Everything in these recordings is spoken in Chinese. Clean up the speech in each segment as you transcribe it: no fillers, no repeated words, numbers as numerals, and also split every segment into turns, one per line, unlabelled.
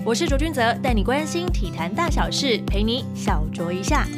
我是卓君泽，带你关心体坛大小事，陪你小酌一下。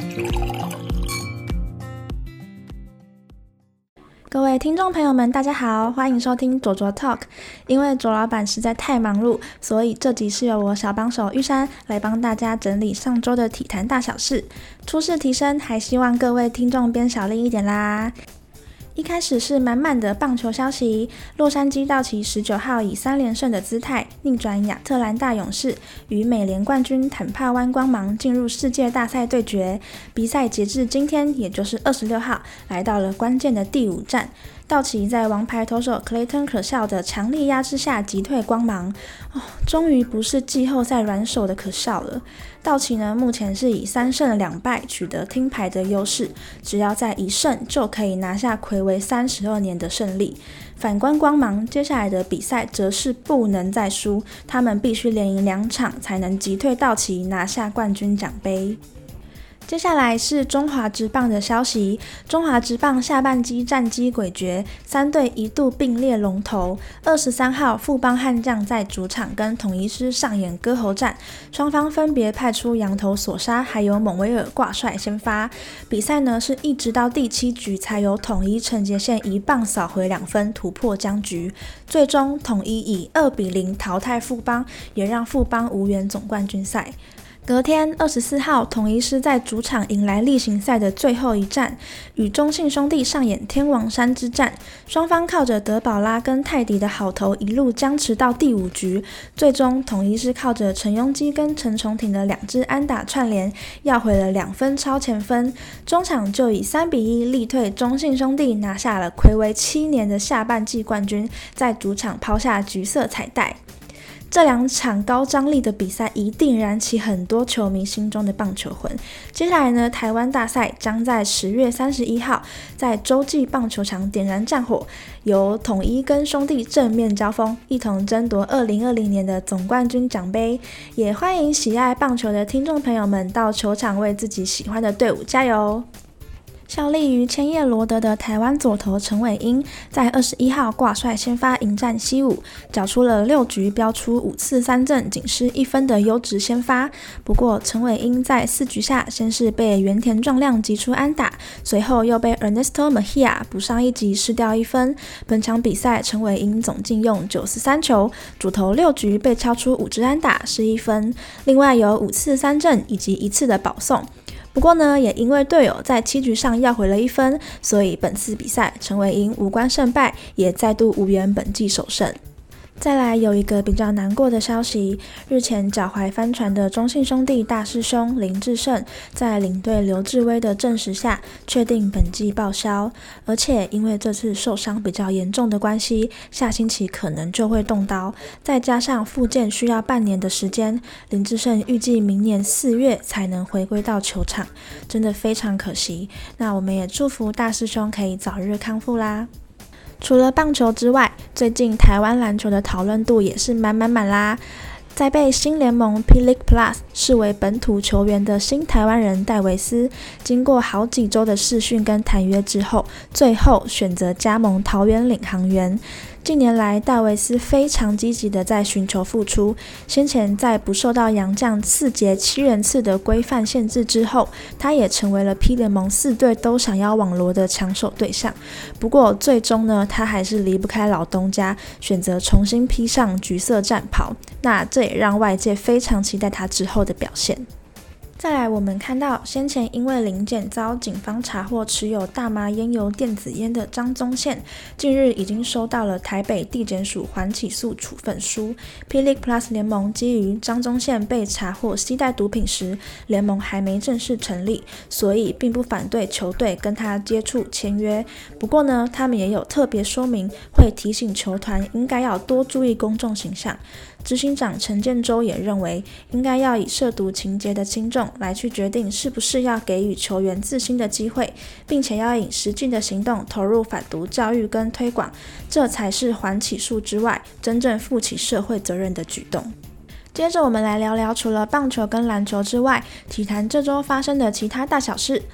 各位听众朋友们大家好，欢迎收听卓卓 Talk。 因为卓老板实在太忙碌，所以这集是由我小帮手玉山来帮大家整理上周的体坛大小事，初试提升，还希望各位听众变小力一点啦。一开始是满满的棒球消息，洛杉矶道奇19号以3连胜的姿态逆转亚特兰大勇士，与美联冠军坦帕湾光芒进入世界大赛对决。比赛截至今天，也就是26号，来到了关键的第5战。道奇在王牌投手 Clayton Kershaw 的强力压制下击退光芒，终于不是季后赛软手的Kershaw了。道奇呢，目前是以3胜2败取得听牌的优势，只要再1胜就可以拿下睽违32年的胜利。反观光芒，接下来的比赛则是不能再输，他们必须连赢2场才能击退道奇，拿下冠军奖杯。接下来是中华职棒的消息，中华职棒下半季战绩诡谲，3队一度并列龙头。23号富邦悍将在主场跟统一狮上演割喉战，双方分别派出洋投索沙还有蒙威尔挂帅先发。比赛呢是一直到第7局才由统一陈杰宪1棒扫回2分突破僵局，最终统一以2-0淘汰富邦，也让富邦无缘总冠军赛。隔天24号，统一狮在主场迎来例行赛的最后一战，与中信兄弟上演天王山之战。双方靠着德保拉跟泰迪的好投一路僵持到第5局，最终统一狮靠着陈庸基跟陈重廷的2支安打串联，要回了2分超前分，中场就以3-1力退中信兄弟，拿下了睽违7年的下半季冠军，在主场抛下橘色彩带。这2场高张力的比赛一定燃起很多球迷心中的棒球魂。接下来呢，台湾大赛将在10月31号在洲际棒球场点燃战火，由统一跟兄弟正面交锋，一同争夺2020年的总冠军奖杯。也欢迎喜爱棒球的听众朋友们到球场为自己喜欢的队伍加油。效力于千叶罗德的台湾左投陈伟英，在21号挂帅先发迎战西武，缴出了6局飙出5次3振仅失1分的优质先发。不过陈伟英在4局下先是被原田壮亮击出安打，随后又被 Ernesto Mejia 补上1击失掉1分。本场比赛陈伟英总计用93球，主投6局被敲出5支安打失1分，另外有5次3振以及1次的保送。不过呢，也因为队友在7局上要回了1分，所以本次比赛陈伟英无关胜败，也再度无缘本季首胜。再来有一个比较难过的消息，日前脚踝翻船的中信兄弟大师兄林智胜，在领队刘志威的证实下，确定本季报销，而且因为这次受伤比较严重的关系，下星期可能就会动刀，再加上复健需要半年的时间，林智胜预计明年4月才能回归到球场，真的非常可惜。那我们也祝福大师兄可以早日康复啦。除了棒球之外，最近台湾篮球的讨论度也是满啦。在被新联盟 P-League Plus 视为本土球员的新台湾人戴维斯，经过好几周的试训跟谈约之后，最后选择加盟桃园领航员。近年来，戴维斯非常积极的在寻求复出。先前在不受到洋将4节7人次的规范限制之后，他也成为了 P 联盟4队都想要网罗的抢手对象。不过最终呢，他还是离不开老东家，选择重新披上橘色战袍。那这也让外界非常期待他之后的表现。再来，我们看到先前因为临检遭警方查获持有大麻烟油电子烟的张宗宪，近日已经收到了台北地检署缓起诉处分书。P-League Plus 联盟基于张宗宪被查获携带毒品时，联盟还没正式成立，所以并不反对球队跟他接触签约。不过呢，他们也有特别说明，会提醒球团应该要多注意公众形象。执行长陈建州也认为，应该要以涉毒情节的轻重来去决定是不是要给予球员自新的机会，并且要以实际的行动投入反毒教育跟推广，这才是缓起诉之外真正负起社会责任的举动。接着我们来聊聊除了棒球跟篮球之外，体坛这周发生的其他大小事。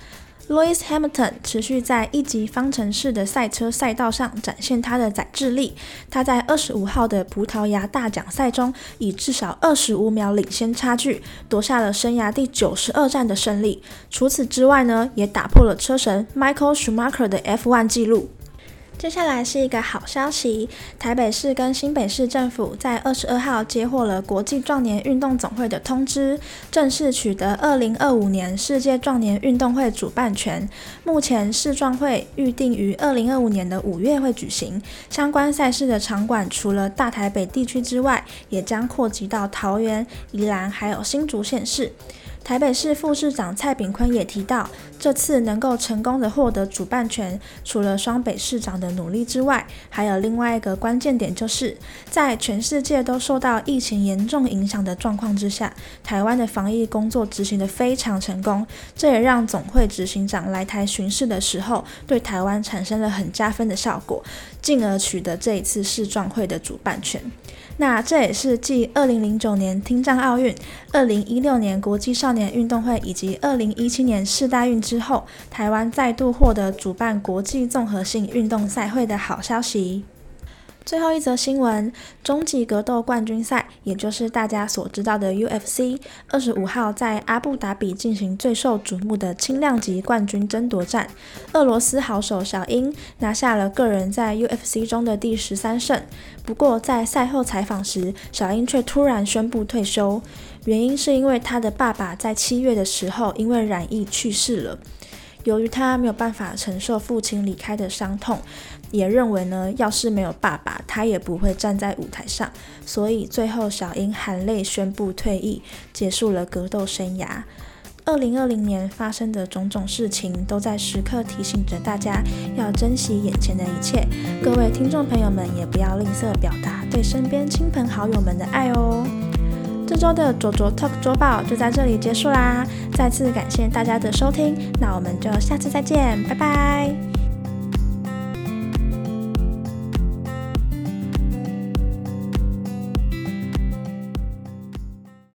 Lewis Hamilton 持续在一级方程式的赛车赛道上展现他的载智力，他在25号的葡萄牙大奖赛中以至少25秒领先差距夺下了生涯第92站的胜利。除此之外呢，也打破了车神 Michael Schumacher 的 F1 纪录。接下来是一个好消息，台北市跟新北市政府在22号接获了国际壮年运动总会的通知，正式取得2025年世界壮年运动会主办权。目前世壮会预定于2025年的5月会举行，相关赛事的场馆除了大台北地区之外，也将扩及到桃园、宜兰还有新竹县市。台北市副市长蔡炳坤也提到，这次能够成功的获得主办权，除了双北市长的努力之外，还有另外一个关键点，就是在全世界都受到疫情严重影响的状况之下，台湾的防疫工作执行得非常成功，这也让总会执行长来台巡视的时候，对台湾产生了很加分的效果，进而取得这一次世壮会的主办权。那这也是继2009年听障奥运、2016年国际少年运动会以及2017年世大运之后，台湾再度获得主办国际综合性运动赛会的好消息。最后一则新闻，终极格斗冠军赛，也就是大家所知道的 UFC， 25号在阿布达比进行最受瞩目的轻量级冠军争夺战。俄罗斯好手小英拿下了个人在 UFC 中的第13胜，不过在赛后采访时，小英却突然宣布退休，原因是因为他的爸爸在7月的时候因为染疫去世了。由于他没有办法承受父亲离开的伤痛，也认为呢，要是没有爸爸，他也不会站在舞台上，所以最后小英含泪宣布退役，结束了格斗生涯。2020年发生的种种事情，都在时刻提醒着大家要珍惜眼前的一切。各位听众朋友们，也不要吝啬表达对身边亲朋好友们的爱哦。这周的卓卓 Talk 周报就在这里结束啦，再次感谢大家的收听，那我们就下次再见，拜拜。